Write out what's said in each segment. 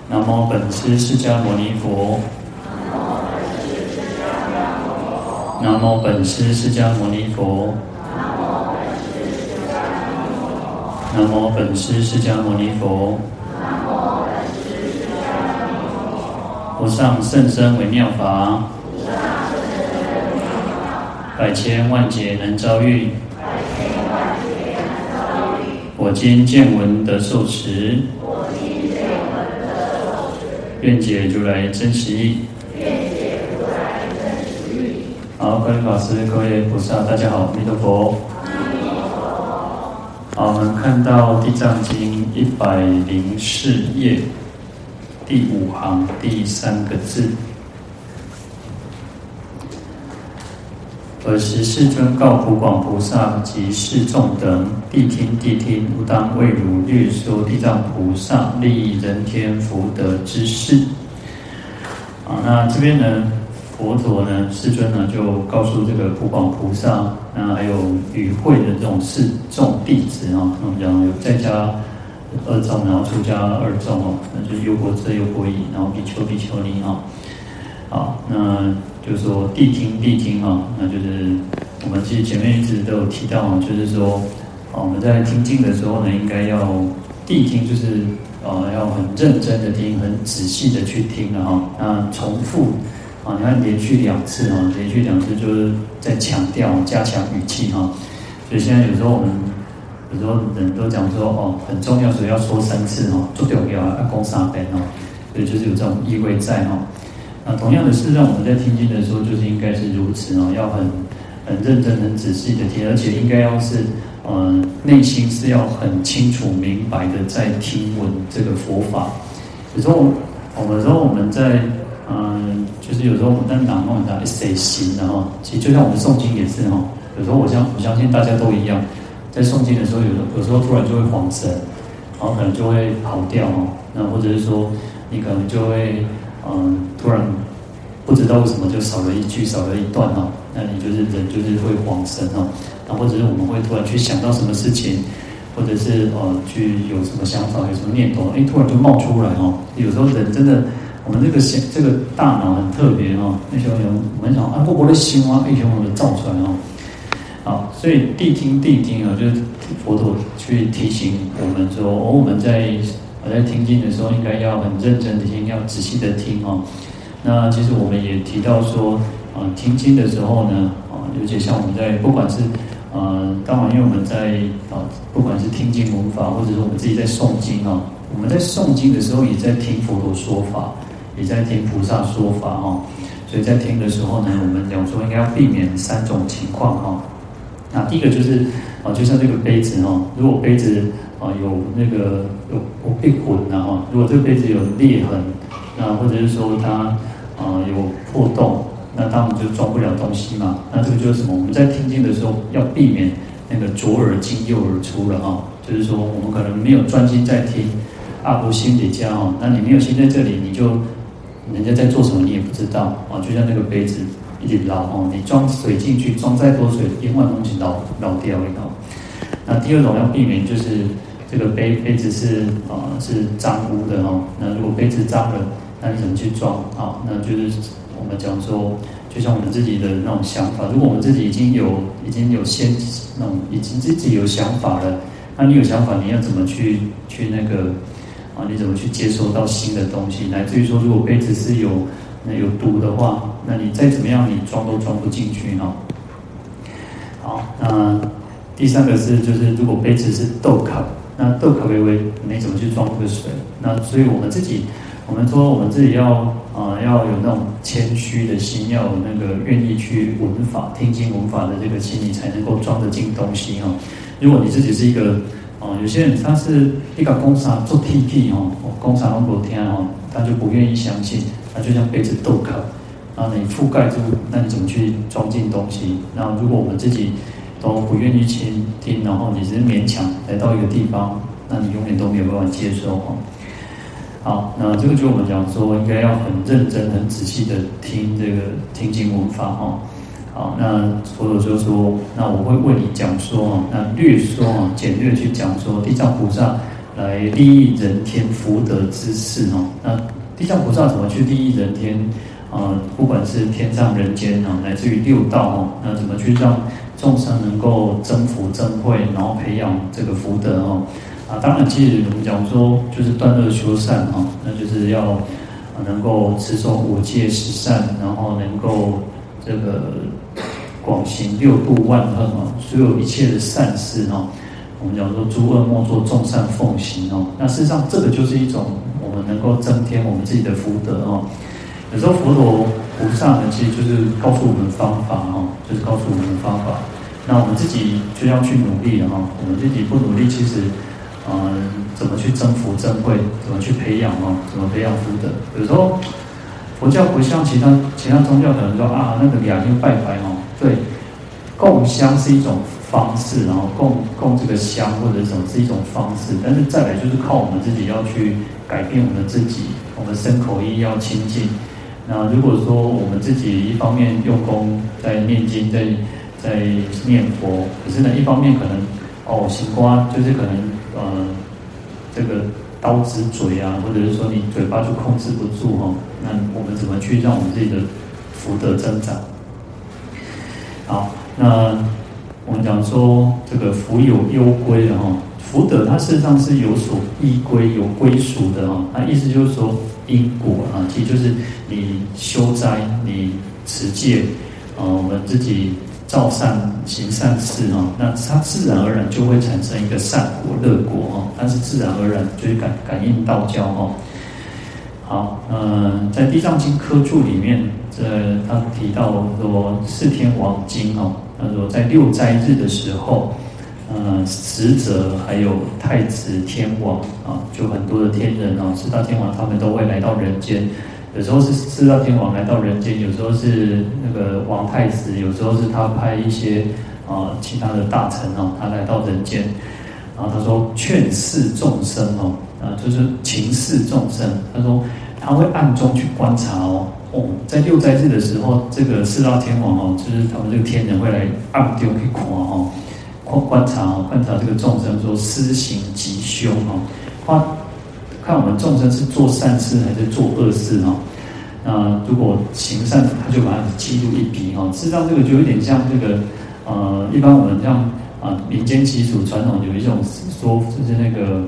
南无本师释迦牟尼佛。南无本师释迦牟尼佛。南无本师释迦牟尼佛。无上甚深微妙法，百千万劫难遭遇。我今见闻得受持，愿解如来真实义。好，各位法师、各位菩萨，大家好，阿弥陀佛。好，我们看到《地藏经》104页第5行第3个字。尔时世尊告普广菩萨及世众等：谛听，谛听！吾当为汝略说地藏菩萨利益人天福德之事。那这边呢，佛陀呢，世尊呢，就告诉这个普广菩萨，那还有与会的这种世众弟子啊，我们讲有在家2众，然后出家2众哦，那就是优婆塞、优婆夷，然后比丘、比丘尼啊。好，那就是说谛听，谛听啊，那就是我们其实前面一直都有提到啊，就是说我们在听经的时候呢，应该要谛听，就是要很认真的听，很仔细的去听啊。那重复你看连续2次啊，连续2次就是在强调、加强语气哈。所以现在有时候我们有时候人都讲说很重要，所以要说3次哦，最重要要讲3遍哦，所以就是有这种意味在哈。那同样的是，让我们在听经的时候，就是应该是如此哦，要很认真、很仔细的听，而且应该要是内心是要很清楚明白的在听闻这个佛法。有时候我们在就是有时候我们在拿弄它谁行的哈，其实就像我们诵经也是哈，有时候我相信大家都一样，在诵经的时候，有时候突然就会恍神，然后可能就会跑掉哦，那或者是说你可能就会突然不知道为什么就少了一句、少了一段哦，那你就是人就是会恍神哦，那或者是我们会突然去想到什么事情，或者是去有什么想法、有什么念头，突然就冒出来哦。有时候人真的，我们这个大脑很特别哦，那时候我们想我的心啊，我的造出来哦。好，所以谛听，谛听啊，就是佛陀去提醒我们说，我们在听经的时候，应该要很认真的听，要仔细的听哦。那其实我们也提到说，听经的时候呢，尤其像我们在不管是当然因为我们在不管是听经闻法，或者是我们自己在诵经啊，我们在诵经的时候也在听佛陀说法，也在听菩萨说法哦。所以在听的时候呢，我们讲说应该要避免3种情况哈。那第一个就是就像这个杯子哈，如果杯子有那个有被混了哈，如果这个杯子有裂痕，那或者是说它有破洞，那当然就装不了东西嘛。那这个就是什么？我们在听经的时候要避免那个左耳进右耳出了哈，就是说我们可能没有专心在听，无心理家哈，那你没有心在这里，你就人家在做什么你也不知道啊，就像那个杯子一直捞哦，你装水进去，装再多水，永远东西捞掉一个。那第2种要避免就是这个杯子是脏污的哦。那如果杯子脏了，那你怎么去装啊？那就是我们讲说，就像我们自己的那种想法，如果我们自己已经有先那种已经自己有想法了，那你有想法，你要怎么去那个你怎么去接收到新的东西？乃至于说，如果杯子是有毒的话，那你再怎么样，你装都装不进去哦。好，那第3个就是如果杯子是豆卡，那豆卡微微，你怎么去装这个水？那所以我们说我们自己要有那种谦虚的心，要有那个愿意去闻法、听经闻法的这个心，你才能够装得进东西哈。如果你自己是一个有些人他是一个讲啥做屁屁哦，讲啥都不听哦，他就不愿意相信，那就像杯子豆卡，然后你覆盖住，那你怎么去装进东西？那如果我们自己都不愿意倾听，然后你只是勉强来到一个地方，那你永远都没有办法接受哦。好，那这个就我们讲说，应该要很认真、很仔细的听这个听经闻法哦。好，那佛陀就说，那我会为你讲说那略说简略去讲说，地藏菩萨来利益人天福德之事哦。那地藏菩萨怎么去利益人天？不管是天上人间啊，乃至于六道哦，那怎么去让众生能够增福增慧，然后培养这个福德哦？当然，其实我们讲说就是断恶修善哈，那就是要能够持守五戒十善，然后能够这个广行六度万恨啊，所有一切的善事哈。我们讲说诸恶莫作，众善奉行哦。那事实上，这个就是一种我们能够增添我们自己的福德哦。有时候佛陀菩萨呢，其实就是告诉我们方法哈，就是告诉我们方法。那我们自己就要去努力哈。我们自己不努力，其实怎么去增福增慧，怎么去培养哦，怎么培养福德？有时候佛教不像其他宗教，可能说那个两天拜拜哦，对，供香是一种方式，然后供这个香或者什么是一种方式，但是再来就是靠我们自己要去改变我们自己，我们身口意要清净。那如果说我们自己一方面用功在念经，在念佛，可是呢一方面可能行瓜就是可能这个刀子嘴啊，或者是说你嘴巴就控制不住哈，那我们怎么去让我们自己的福德增长？好，那我们讲说这个福有攸归的哈，福德它事实上是有所依归、有归属的哈。那意思就是说因果啊，其实就是你修斋、你持戒，我们自己造善行善事哈，那它自然而然就会产生一个善果、乐果哈，但是自然而然就是感应道交哈。好，在《地藏经》科注里面，他提到说四天王经哦，他说在六斋日的时候，使者还有太子天王啊，就很多的天人哦，四大天王他们都会来到人间。有时候是四大天王来到人间，有时候是那个王太子，有时候是他派一些其他的大臣哦，他来到人间。然后他说劝示众生哦，就是情示众生。他说他会暗中去观察在六斋日的时候，这个四大天王哦，就是他们这个天人会来暗中去观察这个众生说施行吉凶看我们众生是做善事还是做恶事哦。那如果行善，他就把它记录一笔哦。事实上，这个就有点像这个一般我们像民间习俗传统有一种说，就是那个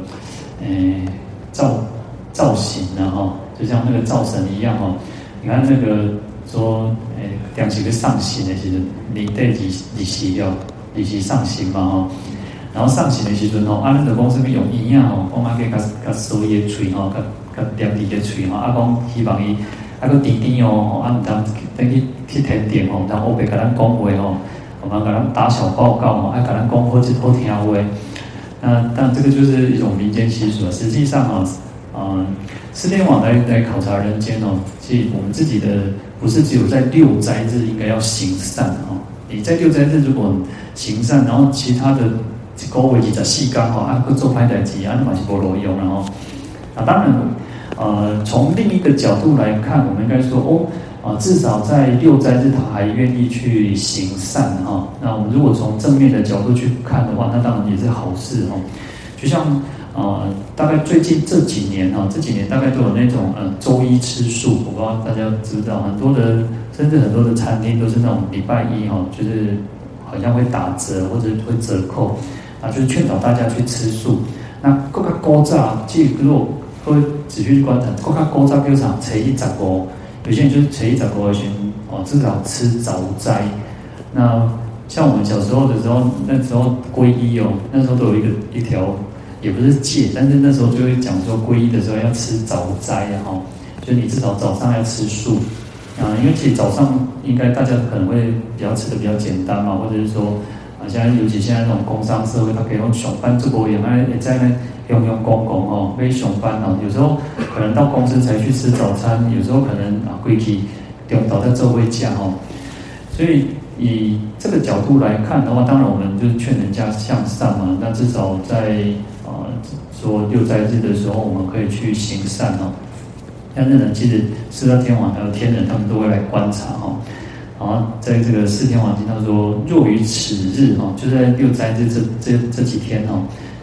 造型哈，就像那个灶神一样哦。你看那个说两几个上行的时候，你对你是上行嘛哈。然后上行的时阵咱就讲什么用耳啊讲给甲收伊的嘴甲掂伊的嘴讲希望伊个甜甜唔当等去甜点当黑白甲咱讲话我们甲咱打小报告甲咱讲好听话。但这个就是一种民间习俗实际上四天王来考察人间其实我们自己的不是只有在六斋日应该要行善你在六斋日如果行善，然后其他的一个月24天去做歹代志那嘛是无路用当然从另一个角度来看，我们应该说至少在六斋日他还愿意去行善那我们如果从正面的角度去看的话，那当然也是好事就像大概最近这几年大概都有那种周一吃素，我不知道大家知不知道，甚至很多的餐厅都是那种礼拜一就是好像会打折或者会折扣就是劝导大家去吃素。那更加古早，其实如果各位仔细去观察，更加古早叫啥？初一十五，有些人就是初一十五的时候至少吃早斋。那像我们小时候的时候，那时候皈依那时候都有一条，也不是戒，但是那时候就会讲说皈依的时候要吃早斋就你至少早上要吃素因为其实早上应该大家可能会比较吃的比较简单嘛，或者是说现在尤其现在这种工商社会，他可以用上班这波也在那用公可以上班有时候可能到公司才去吃早餐，有时候可能归去中岛在座位架所以以这个角度来看的话，当然我们就是劝人家向善嘛。那至少在说六斋日的时候，我们可以去行善但是呢，其实四大天王还有天人，他们都会来观察在这个四天王经，他说若于此日就在六斋日这几天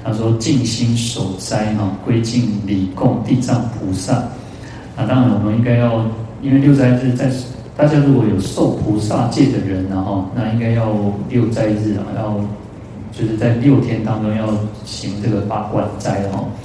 他说静心守斋归敬礼供地藏菩萨。当然我们应该要，因为六斋日大家如果有受菩萨戒的人那应该要六斋日要就是在6天当中要行这个八关斋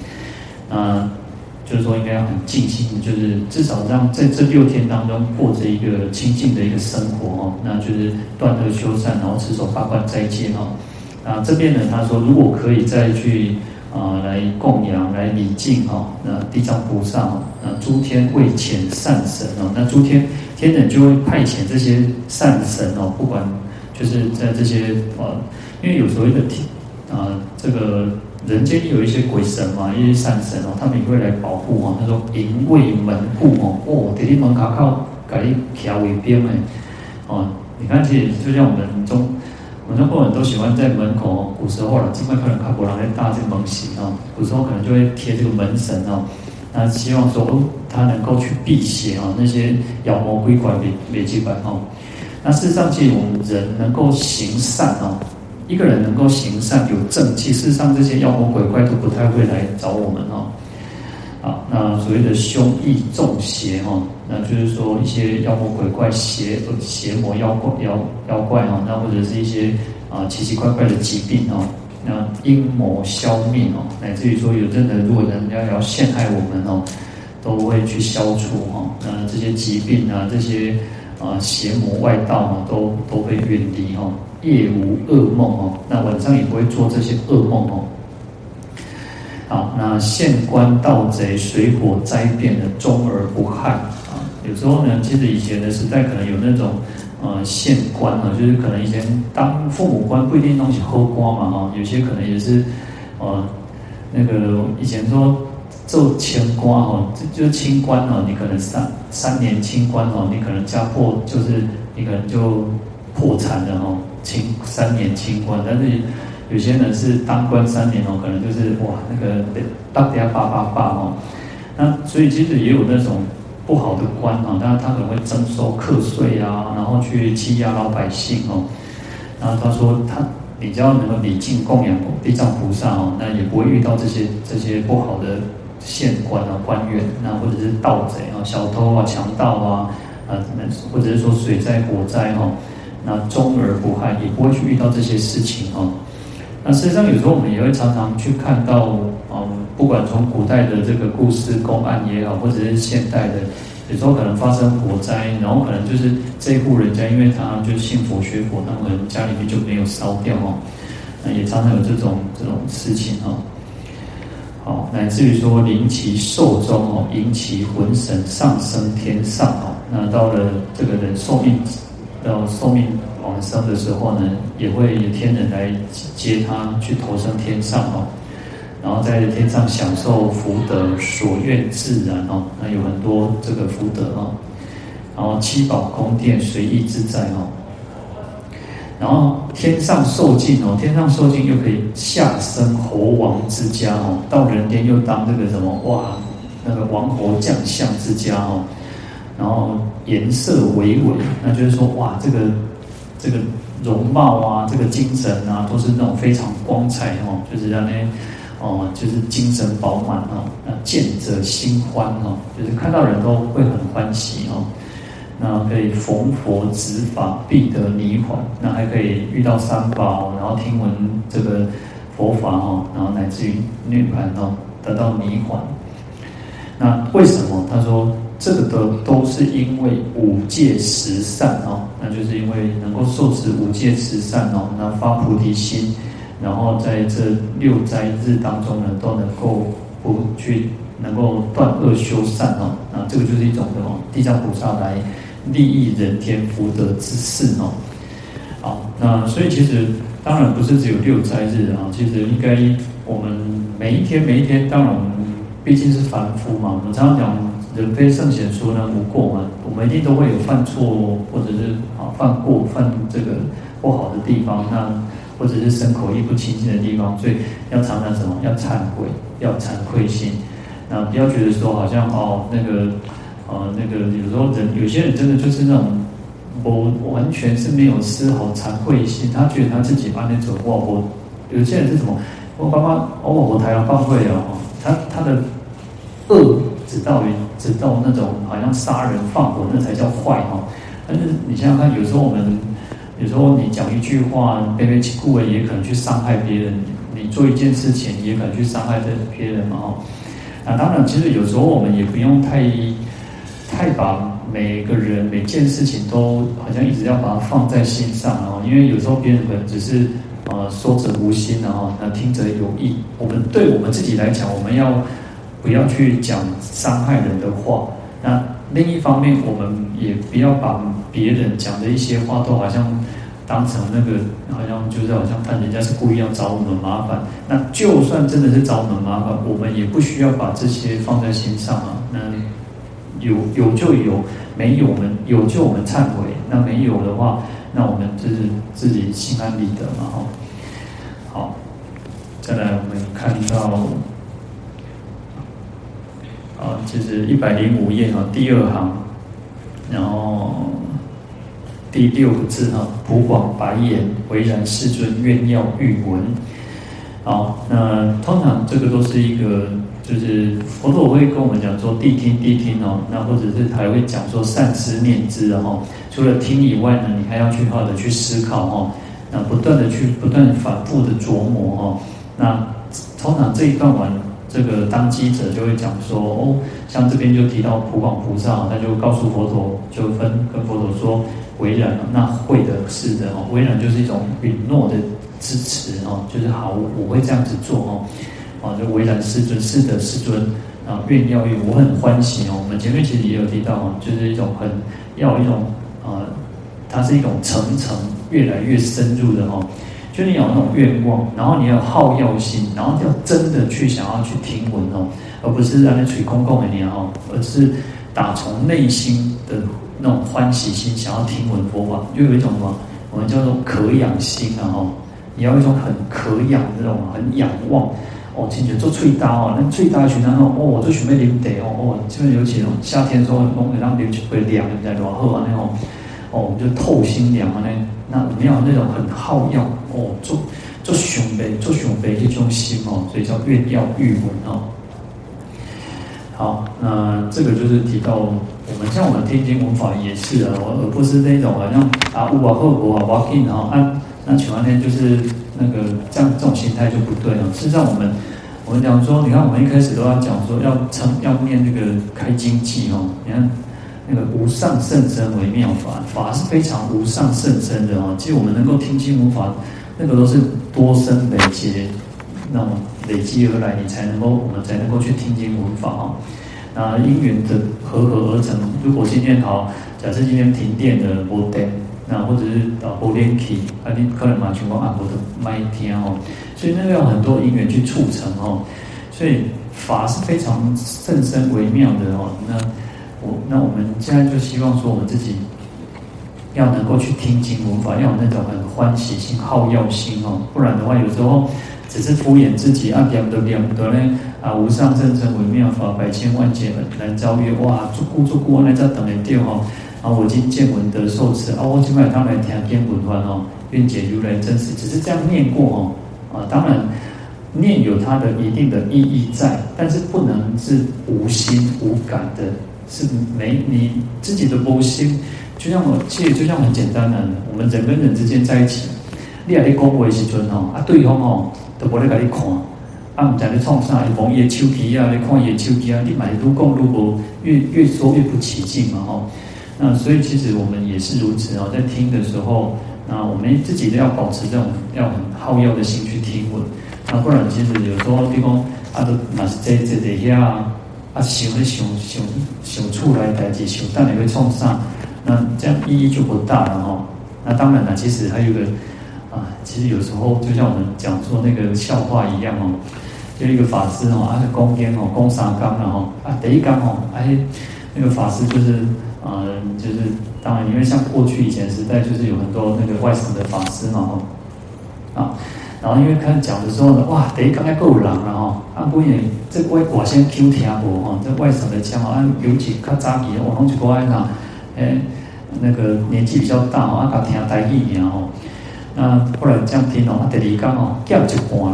就是说应该要很静心的，就是至少让在这6天当中过着一个清净的一个生活那就是断恶修善，然后持守八关斋戒这边呢他说如果可以再去来供养来礼敬那地藏菩萨诸天为遣善神那诸天人就会派遣这些善神不管就是在这些因为有所谓的这个人间有一些鬼神嘛，一些善神他们也会来保护他说营卫门户在你门口靠给你调为边你看其实就像我们中国人都喜欢在门口古时候尽管可能看不人在搭这个门神古时候可能就会贴这个门神那希望说他能够去辟邪那些妖魔鬼怪没几百那事实上其实我们人能够行善一个人能够行善有正气，事实上这些妖魔鬼怪都不太会来找我们那所谓的凶疫重邪那就是说一些妖魔鬼怪邪魔妖怪那或者是一些奇奇怪怪的疾病那阴谋消灭乃至于说有真的如果人家要陷害我们都会去消除那这些疾病这些邪魔外道都会远离夜无噩梦那晚上也不会做这些噩梦好，那县官盗贼水火灾变的终而不害有时候呢，其实以前的时代可能有那种县官就是可能以前当父母官不一定东西喝光嘛有些可能也是那个以前说做清官就是清官你可能三年清官你可能家破就是你可能就破产了3年清官，但是有些人是当官3年可能就是哇那个大家888那所以其实也有那种不好的官那他可能会征收课税然后去欺压老百姓然后他说你只要能够礼敬供养地藏菩萨那也不会遇到这些不好的县官官员那或者是盗贼小偷强盗或者是说水灾火灾那终而不害，也不会去遇到这些事情那事实上有时候我们也会常常去看到不管从古代的这个故事公案也好，或者是现代的有时候可能发生火灾，然后可能就是这一户人家因为他就信佛学佛，他们家里面就没有烧掉那也常常有这种事情好，乃至于说临其寿终引其魂神上升天上那到了这个人寿命往生的时候呢，也会有天人来接他去投生天上然后在天上享受福德，所愿自然那有很多这个福德然后七宝宫殿随意自在然后天上受尽天上受尽又可以下生猴王之家到人间又当这个什么哇那个王侯将相之家然后颜色巍巍，那就是说哇这个容貌这个精神都是那种非常光彩就是让那就是精神饱满那见者心欢就是看到人都会很欢喜那可以逢佛执法必得涅槃，那还可以遇到三宝，然后听闻这个佛法然后乃至于涅槃得到涅槃。那为什么？他说这个都是因为五戒十善那就是因为能够受持五戒十善那发菩提心，然后在这6斋日当中呢，都能够能够断恶修善那这个就是一种什么地藏菩萨来利益人天福德之事好，那所以其实当然不是只有6斋日其实应该我们每一天，当然我们毕竟是凡夫嘛，我们常常讲人非圣贤，孰能无过嘛，我们一定都会有犯错，或者是犯过犯这个不好的地方，那或者是身口意不清净的地方，所以要常常什么？要忏悔，要惭愧心。那不要觉得说好像那个有时候有些人真的就是那种我完全是没有丝毫惭愧心，他觉得他自己把那种有些人是什么？ 我爸爸我台湾报会哦，他的恶只到那种好像杀人放火那才叫坏哈。但是你想想看，有时候你讲一句话，卑微其故也可能去伤害别人；你做一件事情，也可能去伤害别人嘛哈。那当然，其实有时候我们也不用太把每个人每件事情都好像一直要把它放在心上哦，因为有时候别人可能只是说者无心然后那听者有意。对我们自己来讲，我们不要去讲伤害人的话。那另一方面，我们也不要把别人讲的一些话都好像当成那个好像看人家是故意要找我们麻烦。那就算真的是找我们麻烦，我们也不需要把这些放在心上啊。那有就有，没有有就我们忏悔，那没有的话，那我们就是自己心安理得嘛哈。好，再来我们看到就是105页第二行，然后第6个字普广白言，唯然世尊愿要欲闻。好，那通常这个都是一个，就是佛陀会跟我们讲说谛听那或者是还会讲说善知念知除了听以外呢，你还要去好的去思考那不断的反复的琢磨那通常这一段完，这个当机者就会讲说像这边就提到普广菩萨，他就告诉佛陀，就跟佛陀说，唯然那会的是的唯然就是一种允诺的支持就是好，我会这样子做就唯然世尊是的世尊愿要欲，我很欢喜我们前面其实也有提到就是一种要一种它是一种层越来越深入的就你有那种愿望，然后你要有好药心，然后要真的去想要去听闻而不是让你吹空空的你而是打从内心的那种欢喜心，想要听闻佛法，就有一种什么我们叫做渴仰心你要一种很渴仰这种很仰望亲像做喙焦那喙焦的时候我做想要啉茶就尤其夏天的时候，会让啉一杯凉的在多好我们就透心凉那我们要那种很好药做想杯这种心所以叫愿要欲闻好，那这个就是提到我们听经闻法也是而不是那种好像有好无我要紧那请问呢，就是那个这种心态就不对事实上我们讲说，你看我们一开始都要讲说要念那个开经偈你看那个无上甚深微妙法是非常无上甚深的其实我们能够听经闻法，那个都是多生累劫那种累积而来，我们才能够去听经闻法那因缘的合而成。如果今天假设今天停电的没电，那或者是没电器你可能嘛全部我的麦听所以那个有很多因缘去促成所以法是非常甚深微妙的那我们现在就希望说，我们自己要能够去听经闻法，要有那种很欢喜心、好药心不然的话，有时候只是敷衍自己念的呢无上甚深微妙法，百千万劫难遭遇哇，足久那才等得到我今见闻得受持我今晚当来听经闻法愿解如来真实，只是这样念过当然念有它的一定的意义在，但是不能是无心无感的。是你自己的无心，就像很简单的，我们人跟人之间在一起，你在讲话的时阵对方都无咧甲你看，唔知你创啥，你望伊的手机你看伊的手机你嘛愈讲愈无，越说越不起劲嘛那所以其实我们也是如此在听的时候，那我们自己都要保持这种要很好药的心去听闻，那不然其实有时候比如讲都嘛是坐在遐。想出来代志，想但你会创啥？那这样意义就不大了那当然了，其实还有一个其实有时候就像我们讲说那个笑话一样就一个法师讲经讲三纲了第一纲那个法师就是当然因为像过去以前时代就是有很多那个外省的法师嘛然后因为开始讲的时候呢，哇，第一刚才够人了不然这外省 Q 听无这外省的腔尤其较早期我拢一个那个年纪比较大甲听台语那后来这样听第二讲减一半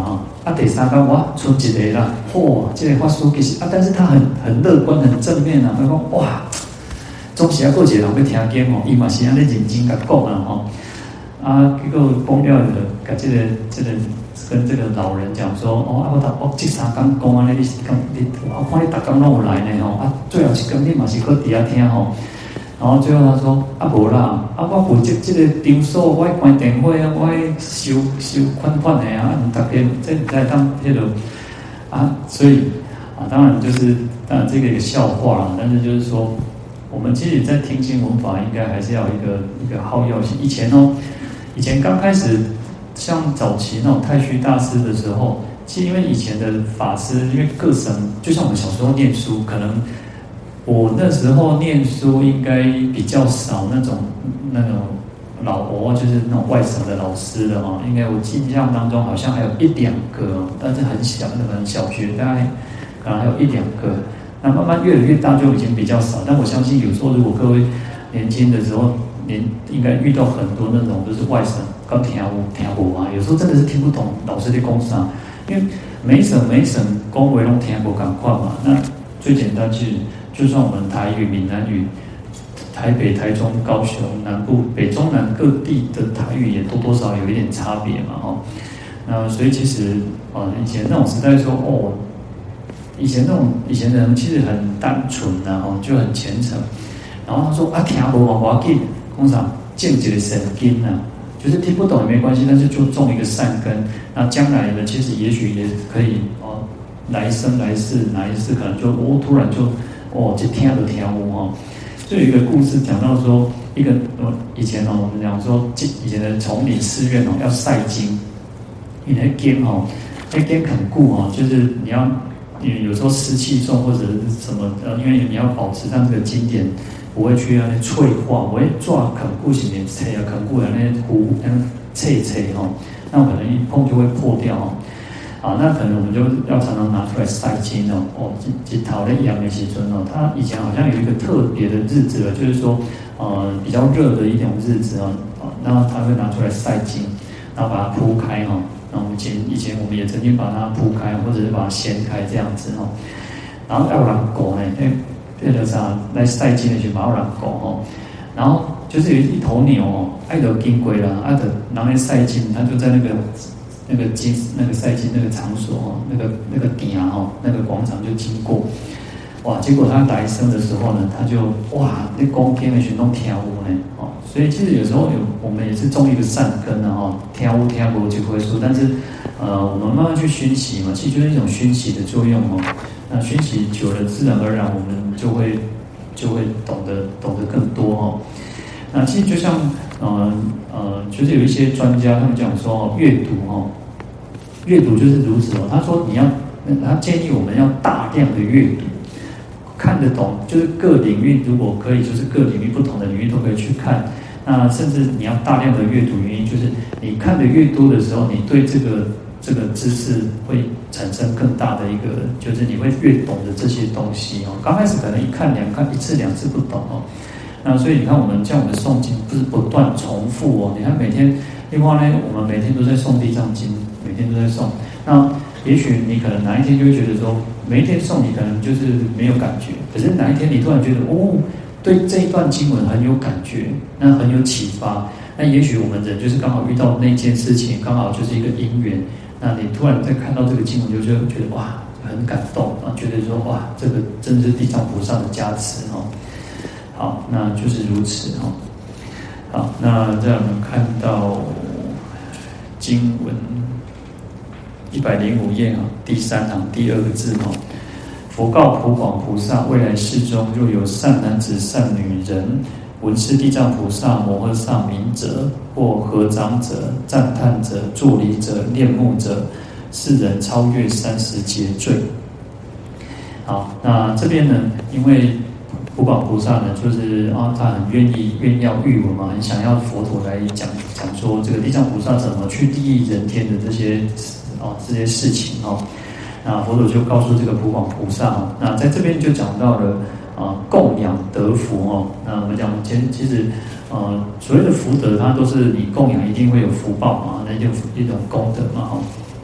第三天哇，出一个啦，嚯，这个法师其实但是他很乐观，很正面啊。他讲哇，总是还有一个人要听经吼，伊嘛是安尼认真甲讲啊吼。结果讲了就甲跟这个老人讲说，我这三天讲安尼，我看你逐天拢有来呢吼，最后一天你嘛是搁伫遐听吼。然后最后他说无啦，我负责这个场所，我关电话啊，我收款的啊，大家这在当迄个所以当然就是这个一个笑话啦，但是就是说，我们其实在听经闻法，应该还是要有一个好药性。以前刚开始像早期那种太虚大师的时候，其实因为以前的法师，因为各省就像我们小时候念书，可能。我那时候念书应该比较少那种老欧，就是那种外省的老师的应该我印象当中好像还有1、2个，但是很小，可能小学大概可能还有1、2个。那慢慢越来越大就已经比较少。但我相信有时候如果各位年轻的时候，应该遇到很多那种就是外省刚听无啊，有时候真的是听不懂老师的讲啥，因为每省讲话拢听无同款嘛。那最简单是。就算我们台语、闽南语、台北、台中、高雄、南部、北中南各地的台语也多多少有一点差别嘛，那所以其实以前那种时代说以前的人其实很单纯就很虔诚。然后他说听无嘛，我要紧，讲啥种一个善根就是听不懂也没关系，但是就种一个善根。那将来呢，其实也许也可以来生来世哪一世可能就突然就。这听都听无就有一个故事讲到说，一个以前我们讲说，以前的丛林寺院要晒经，你那经那经很固就是你有时候湿气重或者是什么因为你要保持让这个经典不会去让它脆化，不会抓很固型的脆很固的那糊脆那可能一碰就会破掉那可能我们就要常常拿出来晒经去讨论阳的时阵它以前好像有一个特别的日子就是说比较热的一种日子然后他会拿出来晒经，然后把它铺开那我们以前我们也曾经把它铺开，或者是把它掀开这样子然后要有人狗呢，变成啥来晒经的时候，要有人狗然后就是有一头牛爱得经过了，爱得拿来晒经，它就在那个赛经那个场所那个点那个广场就经过，结果他来生的时候呢，他就那讲经的时候听有呢所以其实有时候我们也是种一个善根听无就会说，但是我们慢慢去熏习嘛，其实就是一种熏习的作用那熏习久了，自然而然我们就会懂得更多那其实就像就是有一些专家他们讲说阅读就是如此他说他建议我们要大量的阅读，看得懂，就是各领域如果可以，就是各领域不同的领域都可以去看。那甚至你要大量的阅读，原因就是你看的越多的时候，你对这个知识会产生更大的一个，就是你会越懂得这些东西刚开始可能一次两次不懂那所以你看我们像我们诵经不是不断重复你看每天，另外呢，我们每天都在诵地藏经，每天都在诵。那也许你可能哪一天就会觉得说，每一天诵你可能就是没有感觉，可是哪一天你突然觉得对这一段经文很有感觉，那很有启发。那也许我们人就是刚好遇到那件事情，刚好就是一个因缘。那你突然在看到这个经文，就会觉得很感动觉得说这个真是地藏菩萨的加持好，那就是如此好，那再我们看到经文105页第3行第2个字佛告普广菩萨：未来世中，若有善男子、善女人，闻是地藏菩萨摩诃萨名者，或合掌者、赞叹者、作礼者、念慕者，是人超越30劫罪。好，那这边呢，因为普广菩萨呢，就是他很愿要欲闻嘛，很想要佛陀来讲说这个地藏菩萨怎么去利益人天的这些事情那佛陀就告诉这个普广菩萨那在这边就讲到了供养得福那我们讲其实所谓的福德，它都是你供养一定会有福报嘛，那就一种功德嘛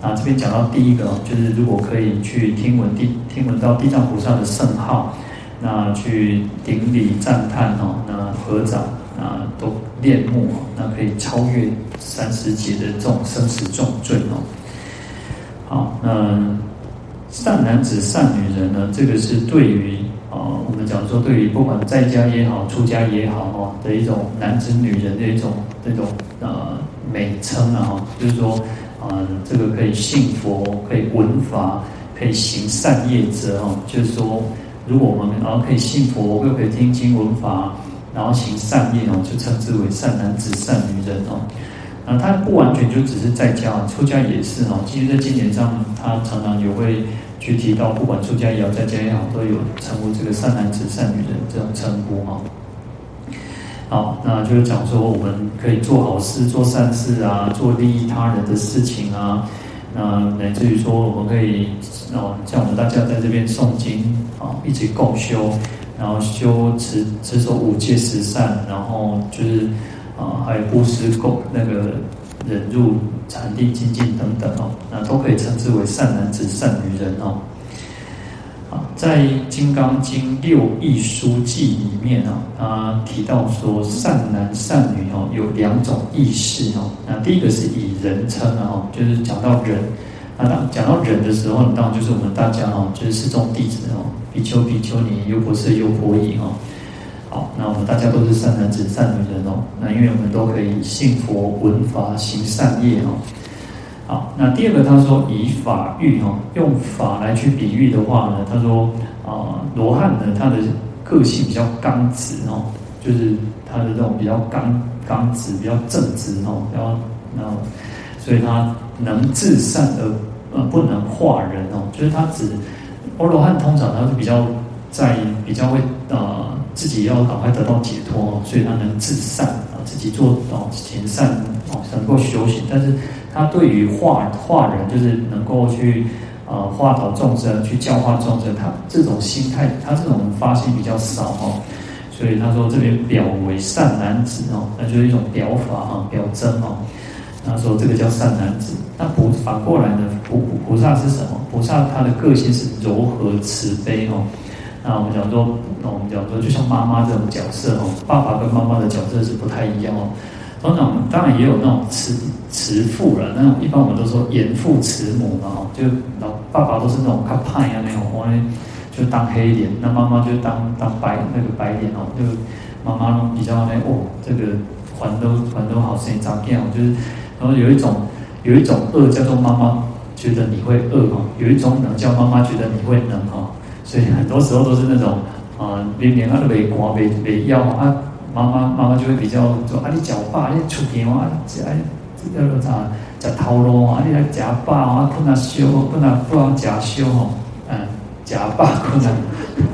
这边讲到第一个就是如果可以去听闻到地藏菩萨的圣号，那去顶礼赞叹那合掌都恋慕那可以超越30劫的这种生死重罪好，那善男子、善女人呢，这个是对于我们讲说，对于不管在家也好、出家也好的一种男子、女人的一种美称就是说这个可以信佛、可以闻法、可以行善业者就是说，如果我们可以信佛，又可以听经闻法，然后行善业就称之为善男子、善女人他不完全就只是在家，出家也是其实在经典上，他常常也会去提到，不管出家也好，在家也好，都有称呼这个善男子、善女人这种称呼好，那就是讲说，我们可以做好事、做善事做利益他人的事情那乃至于说，我们可以像我们大家在这边诵经一起共修，然后持守5戒10善，然后就是还有布施那个忍辱、禅定、精进等等那都可以称之为善男子、善女人在《金刚经》6义疏记里面他提到说，善男善女有2种意识那第一个是以人称就是讲到人。那当讲到人的时候，当然就是我们大家就是四众弟子比丘、比丘尼、优婆塞、优婆夷好，那我们大家都是善男子、善女人那因为我们都可以信佛、闻法、行善业好，那第二个他说以法喻用法来去比喻的话呢，他说罗汉呢，他的个性比较刚直就是他的这种比较刚直、比较正直比较所以他能至善而不能化人就是他阿罗汉通常他是比较会自己要赶快得到解脱所以他能至善自己做行善能够修行，但是他对于化人，就是能够去化导众生，去教化众生，他这种心态，他这种发心比较少所以他说这边表为善男子那就是一种表法表征他说这个叫善男子。那反过来呢，菩萨是什么？菩萨他的个性是柔和慈悲那我们讲说，就像妈妈这种角色爸爸跟妈妈的角色是不太一样通常当然也有那种慈父了，那种一般我们都说严父慈母就爸爸都是那种较派那种就当黑脸，那妈妈就当白脸就妈妈比较这个还都好生长见就是然后有一种恶叫做妈妈觉得你会恶有一种能叫妈妈觉得你会能所以很多时候都是那种明明他都没寒没腰妈妈就会比较说你吃饱你出去这个啥吃头路你来吃饱困啊烧困啊不然吃烧吃饱困啊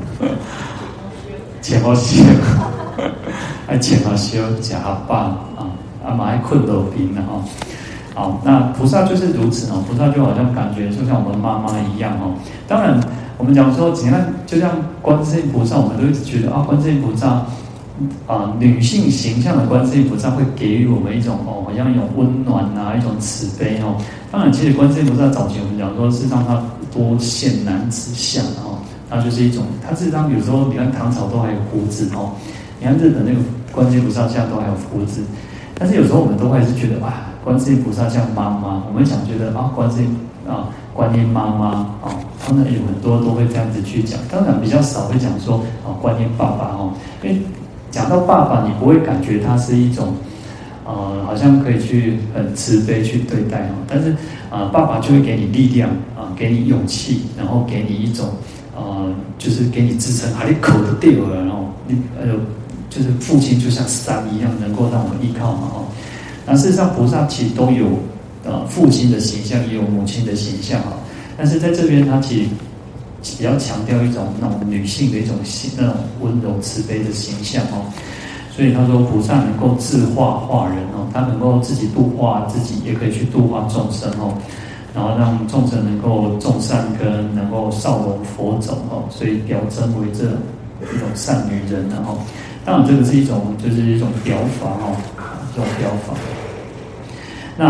吃好烧爱吃好烧吃饱嘛爱困到病好，那菩萨就是如此菩萨就好像感觉就像我们妈妈一样当然我们讲说，你看就像观世音菩萨，我们都一直觉得观世音菩萨女性形象的观世音菩萨会给予我们一种好像一种温暖一种慈悲当然，其实观世音菩萨早期我们讲说是让他多现男子相它就是一种，它事实上有时候你看唐朝都还有胡子你看日本那个观世音菩萨像都还有胡子，但是有时候我们都还是觉得观世音菩萨像妈妈，我们想觉得观世音观音妈妈他们有很多都会这样子去讲，当然比较少会讲说观音爸爸因为讲到爸爸，你不会感觉他是一种好像可以去很慈悲去对待但是爸爸就会给你力量给你勇气，然后给你一种就是给你支撑，你口的对了，然后就是父亲就像山一样，能够让我们依靠那事实上菩萨其实都有父亲的形象，也有母亲的形象但是在这边他其实比较强调一种那种女性的一种那种温柔慈悲的形象所以他说菩萨能够自化人他能够自己度化自己，也可以去度化众生然后让众生能够种善根，能够绍容佛种所以表征为这一种善女人当然这个是一种就是一种表法这种表法。那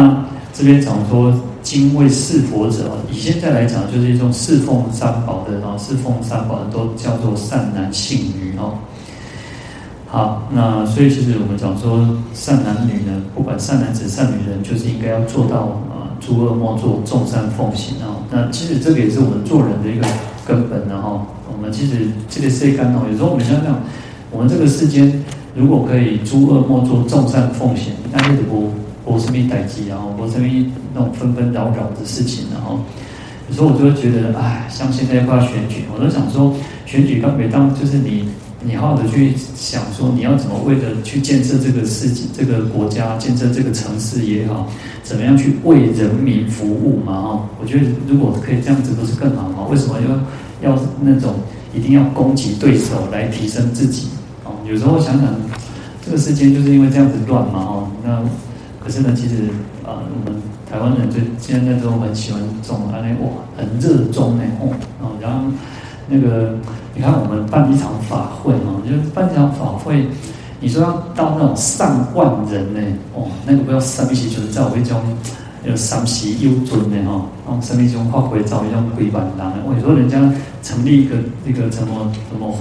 这边讲说敬畏四佛者，以现在来讲就是一种侍奉三宝的侍奉三宝的都叫做善男信女好，那所以其实我们讲说善男女呢，不管善男子善女人，就是应该要做到诸恶莫作，众善奉行那其实这个也是我们做人的一个根本我们其实这个世间有时候我们想想，我们这个世间如果可以诸恶莫作，众善奉行，那就是没什么代志没什么那种纷纷扰扰的事情有时候我就会觉得，像现在快要选举，我都想说，选举刚每当就是你好好的去想说，你要怎么为了去建设这个世界、这个国家、建设这个城市也好，怎么样去为人民服务嘛我觉得如果可以这样子，不是更好吗？为什么要那种一定要攻击对手来提升自己有时候想想，这个世界就是因为这样子乱嘛那可是呢，其实我们台湾人就现在都很喜欢这种很热衷然后那个你看我们办一场法会就是办一场法会，你说要到那种上万人呢那个不要什么时就是在我一种有三时有准的什么种法会照一种几万人我有时候人家成立一个什么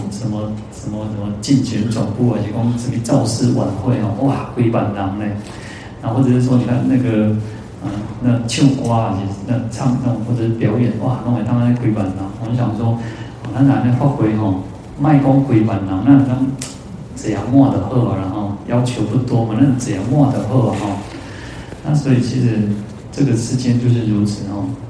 竞选总部是讲什么造势晚会几万人呢，然后或者是说你看那个那唱歌那唱那种或者是表演弄会当然几万人，我就想说咱那发挥卖讲几万人，那咱这样满就好然后要求不多嘛，那这样满就好那所以其实这个世间就是如此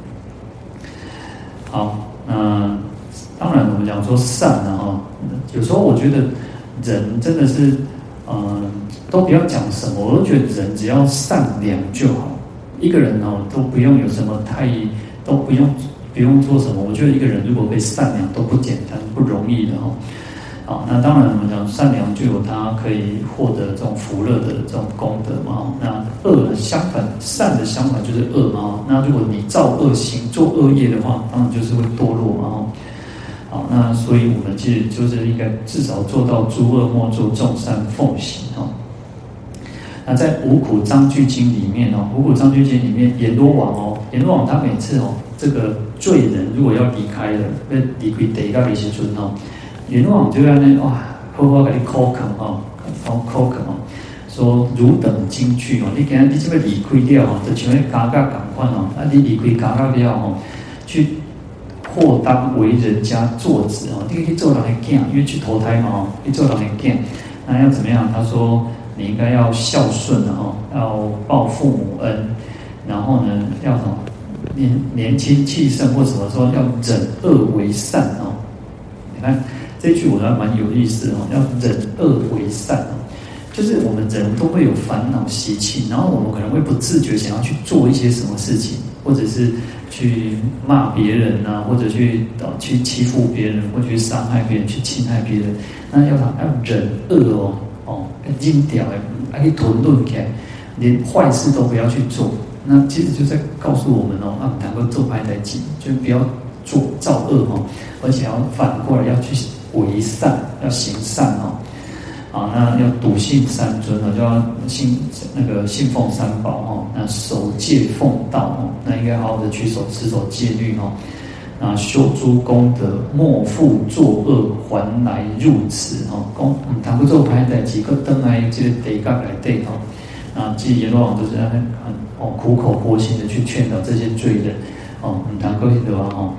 好，那当然我们讲说善有时候我觉得人真的是都不要讲什么，我都觉得人只要善良就好。一个人都不用有什么都不用做什么。我觉得一个人如果可以善良都不简单，不容易的好，那当然我们讲善良就有他可以获得这种福乐的这种功德嘛。那恶的相反，善的相反就是恶嘛。那如果你造恶行、做恶业的话，当然就是会堕落嘛。好，那所以我们其实就是应该至少做到诸恶莫作，众善奉行那在《五苦章句经》里面《五苦章句经》里面，阎罗王他每次这个罪人如果要离开了，要离开地界的时阵阎罗王就在那好好给你口恳口恳说汝等今去你今日你这边离开了就像那家家同款你离开家家了去或当为人家做子你去做人的囝，因为去投胎嘛去做人的囝，那要怎么样？他说你应该要孝顺要报父母恩，然后呢要什么年轻气盛或什么说要忍恶为善你看这句我觉得蛮有意思要忍恶为善就是我们人都会有烦恼习气，然后我们可能会不自觉想要去做一些什么事情，或者是去骂别人或者去欺负别人，或者去伤害别人，去侵害别人，那要忍恶忍掉还可以吞顿起来，连坏事都不要去做。那其实就在告诉我们能够做坏代志，就不要做造恶而且要反过来要去为善，要行善那要笃信三尊就要信奉三宝那守戒奉道那应该好好的去持守戒律那修诸功德，莫复作恶，还来入此讲谈不做歹代志，个登来这个地界来底那其实阎罗王就是很苦口婆心的去劝导这些罪人谈过去的好。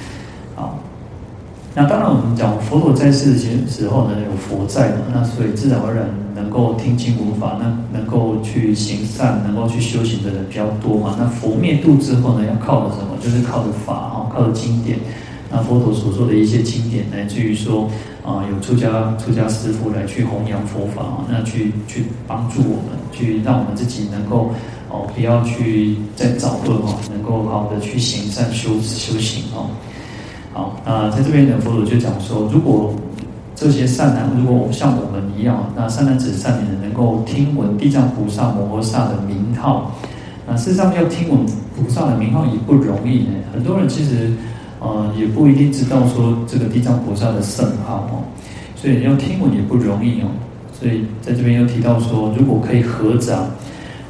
那当然，我们讲佛陀在世的时候呢，有佛在嘛，那所以自然而然能够听经闻法，那能够去行善，能够去修行的人比较多嘛。那佛灭度之后呢，要靠的什么？就是靠的法靠的经典。那佛陀所说的一些经典，乃至于说有出家师父来去弘扬佛法那去帮助我们，去让我们自己能够不要去再造恶能够好好的去行善修行好，那在这边呢，佛陀就讲说，如果这些善男，如果像我们一样，那善男子善女人能够听闻地藏菩萨摩诃萨的名号，那事实上要听闻菩萨的名号也不容易呢。很多人其实也不一定知道说这个地藏菩萨的圣号所以要听闻也不容易所以在这边又提到说，如果可以合掌，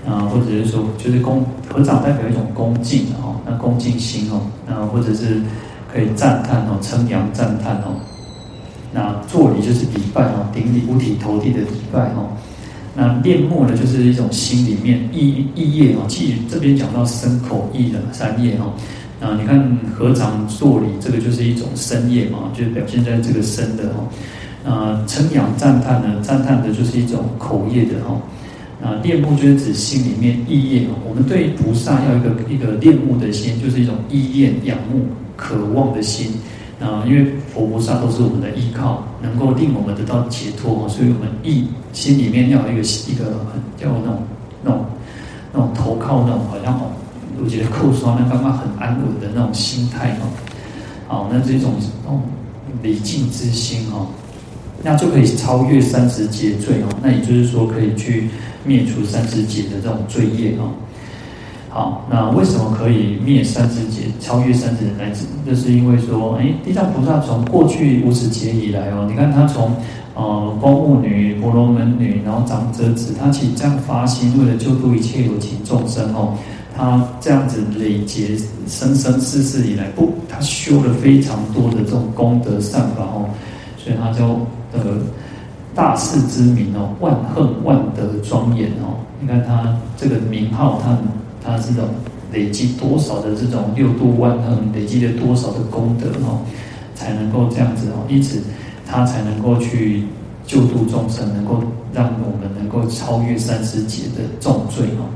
或者是说就是合掌代表一种恭敬哦，那恭敬心哦，或者是可以赞叹哦，称扬赞叹哦。那作礼就是礼拜哦，顶礼五体投地的礼拜哦。那念目呢，就是一种心里面意业哦，其实这边讲到身口意的三业哦。你看合掌作礼，这个就是一种身业嘛，就是表现在这个身的哦。称扬赞叹呢，赞叹的就是一种口业的哦。恋慕就是指心里面意业哦。我们对菩萨要一个恋慕的心，就是一种意念仰慕、渴望的心。因为佛菩萨都是我们的依靠，能够令我们得到解脱，所以我们心里面要有一个要有那种投靠那种好像我觉得扣刷那刚刚很安稳的那种心态哦。好，那这种礼敬之心哦，那就可以超越30劫罪哦。那也就是说可以去灭除30劫的这种罪业哦。好，那为什么可以灭30劫，超越30劫来？就是因为说，地藏菩萨从过去50劫以来哦，你看他从光目女、婆罗门女，然后长者子，他其实这样发心，为了救度一切有情众生哦，他这样子累劫生世世以来，他修了非常多的这种功德善法哦，所以他就大士之名哦，万恨万德庄严哦。你看他这个名号，他这种累积多少的这种6度万恨，累积了多少的功德哦，才能够这样子哦，因此他才能够去救度众生，能够让我们能够超越30劫的重罪哦。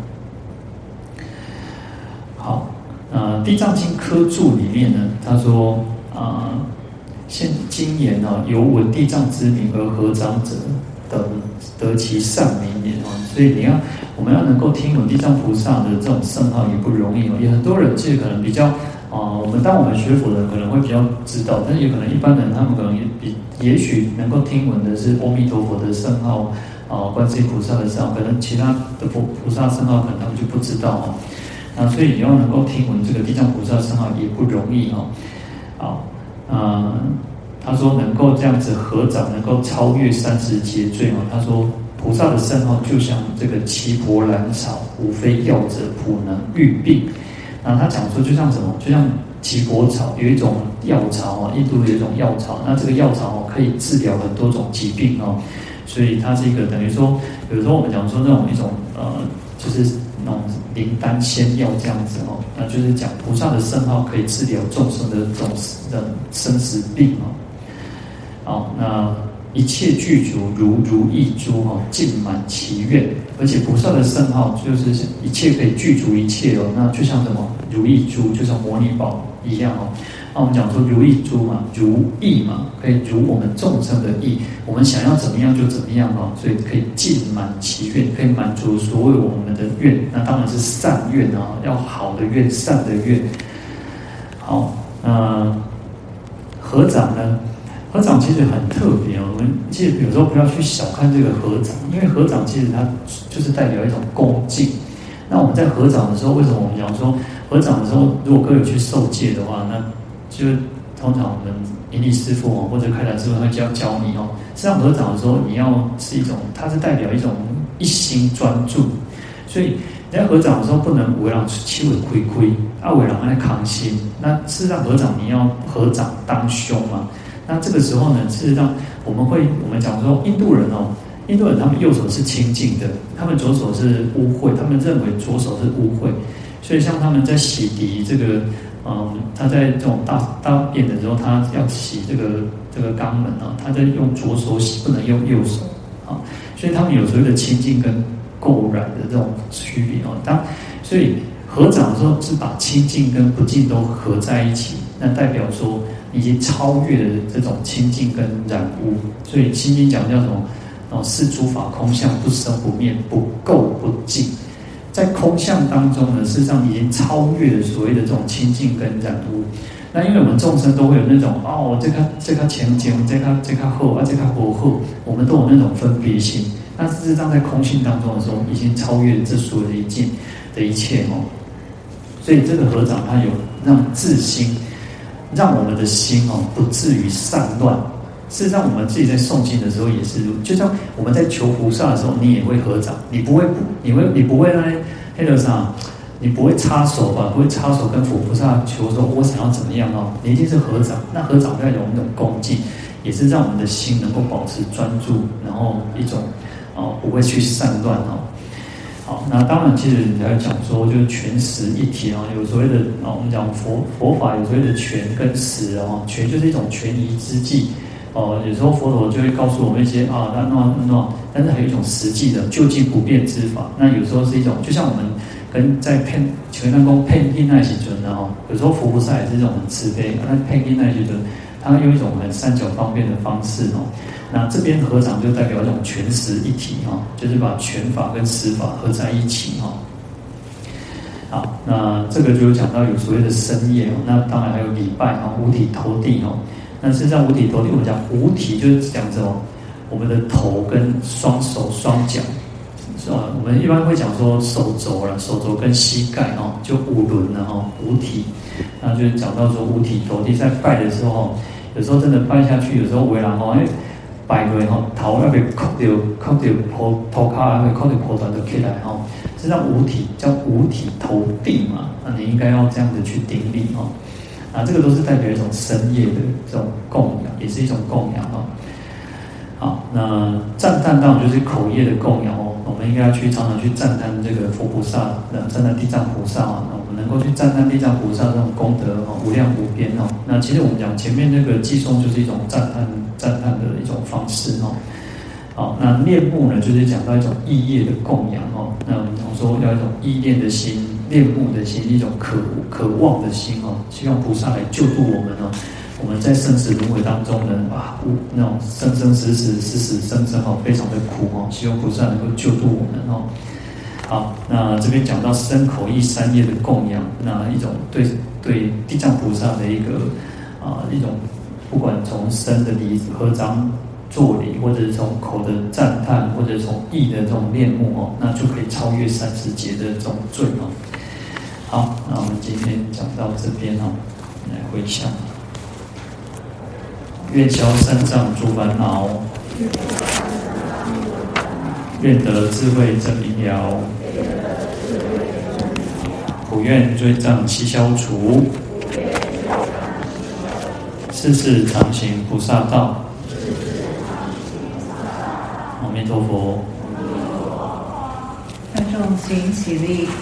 好，地藏经科注里面呢，他说现今言哦，有闻地藏之名而合掌者，等得其善名也哦。所以我们要能够听闻地藏菩萨的这种圣号也不容易哦。也很多人其实可能比较我们学佛的人可能会比较知道，但是也可能一般人他们可能也许能够听闻的是阿弥陀佛的圣号观世音菩萨的圣号，可能其他的菩萨圣号可能他们就不知道哦。所以你要能够听闻这个地藏菩萨圣号也不容易哦。好。他说能够这样子合掌，能够超越30劫罪哦。他说菩萨的圣号就像这个奇婆兰草，无非药者普能愈病。他讲说就像什么？就像奇婆草，有一种药草印度有一种药草，那这个药草可以治疗很多种疾病哦。所以它是一个等于说，有时候我们讲说那种一种就是那种灵丹仙药这样子哦，那就是讲菩萨的圣号可以治疗众生的这种生死病哦。好，那一切具足如意珠哦，尽满其愿。而且菩萨的圣号就是一切可以具足一切哦，那就像什么如意珠，就像摩尼宝一样哦。那我们讲说如意珠嘛，如意嘛，可以如我们众生的意，我们想要怎么样就怎么样哦，所以可以尽满其愿，可以满足所有我们的愿。那当然是善愿啊，要好的愿，善的愿。好，合掌呢？合掌其实很特别哦，我们其实有时候不要去小看这个合掌，因为合掌其实它就是代表一种恭敬。那我们在合掌的时候，为什么我们讲说合掌的时候，如果各位有去受戒的话，那就通常我们引理师父或者开坛师父会教你哦，实际上合掌的时候，你要是一种，它是代表一种一心专注，所以你在合掌的时候不能为了欺伪亏，为了来扛心。那事实上合掌你要合掌当胸嘛。那这个时候呢，事实上我们讲说印度人他们右手是清净的，他们左手是污秽，他们认为左手是污秽，所以像他们在洗涤这个他在这种大便的时候，他要洗这个肛门他在用左手洗，不能用右手所以他们有所谓的清净跟垢染的这种区别所以合掌的时候是把清净跟不净都合在一起，那代表说已经超越了这种清净跟染污。所以心经讲叫什么？是诸法空相，不生不灭，不垢不净。在空相当中呢，事实上已经超越了所谓的这种清净跟染污。那因为我们众生都会有那种这个前，这个后这个后，我们都有那种分别心。那事实上在空性当中的时候，已经超越了这所有的一切哦。所以这个合掌它有让自心，让我们的心不至于散乱事实上，我们自己在诵经的时候也是，就像我们在求菩萨的时候，你也会合掌，你不会那个啥，你不会插手吧？不会插手跟佛菩萨求说，我想要怎么样哦？你一定是合掌，那合掌要有那种恭敬，也是让我们的心能够保持专注，然后一种不会去散乱哦。好，那当然，其实还有讲说，就是权实一体啊，有所谓的我们讲佛法有所谓的权跟实哦，权就是一种权宜之计哦，有时候佛陀就会告诉我们一些但是还有一种实际的究竟不变之法。那有时候是一种，就像我们跟在全能宫骗印那些尊的哦，有时候佛菩萨也是这种很慈悲，那骗印那些尊，他用一种很三角方便的方式哦。那这边合掌就代表一种权实一体哈，就是把权法跟实法合在一起哈。好，那这个就讲到有所谓的身业，那当然还有礼拜哈，五体投地哈。那实际上五体投地，我们讲五体就是讲着我们的头跟双手双脚，我们一般会讲说手肘跟膝盖哈，就五轮了哈，五体。那就是讲到说五体投地，在拜的时候，有时候真的拜下去，有时候为了拜落头要被磕到头卡，要磕到菩萨就起来哈。实际上五体叫五体投地嘛，那你应该要这样子去顶礼哈。啊，这个都是代表一种身业的这种供养，也是一种供养哈。好，那赞叹当然就是口业的供养哦。我们应该要去常常去赞叹这个佛菩萨，赞叹地藏菩萨啊。那我们能够去赞叹地藏菩萨这种功德无量无边哦。那其实我们讲前面那个寄送就是一种赞叹的一种方式哦。好，那念目呢，就是讲到一种意业的供养哦。那我们常说要一种依恋的心、恋慕的心，一种渴望的心哦，希望菩萨来救度我们哦。我们在生死轮回当中呢，那种生生死死、死死生生哦，非常的苦哦，希望菩萨能够救度我们哦。好，那这边讲到身口意三业的供养，那一种对地藏菩萨的一个一种，不管从身的礼合掌作礼，或者是从口的赞叹，或者从意的这种恋慕哦，那就可以超越30劫的这种罪哦。好，那我们今天讲到这边哦，来回向。愿消三障诸烦恼，愿得智慧真明了，普愿罪障悉消除，世世常行菩萨道。阿弥陀佛。 观众请起立。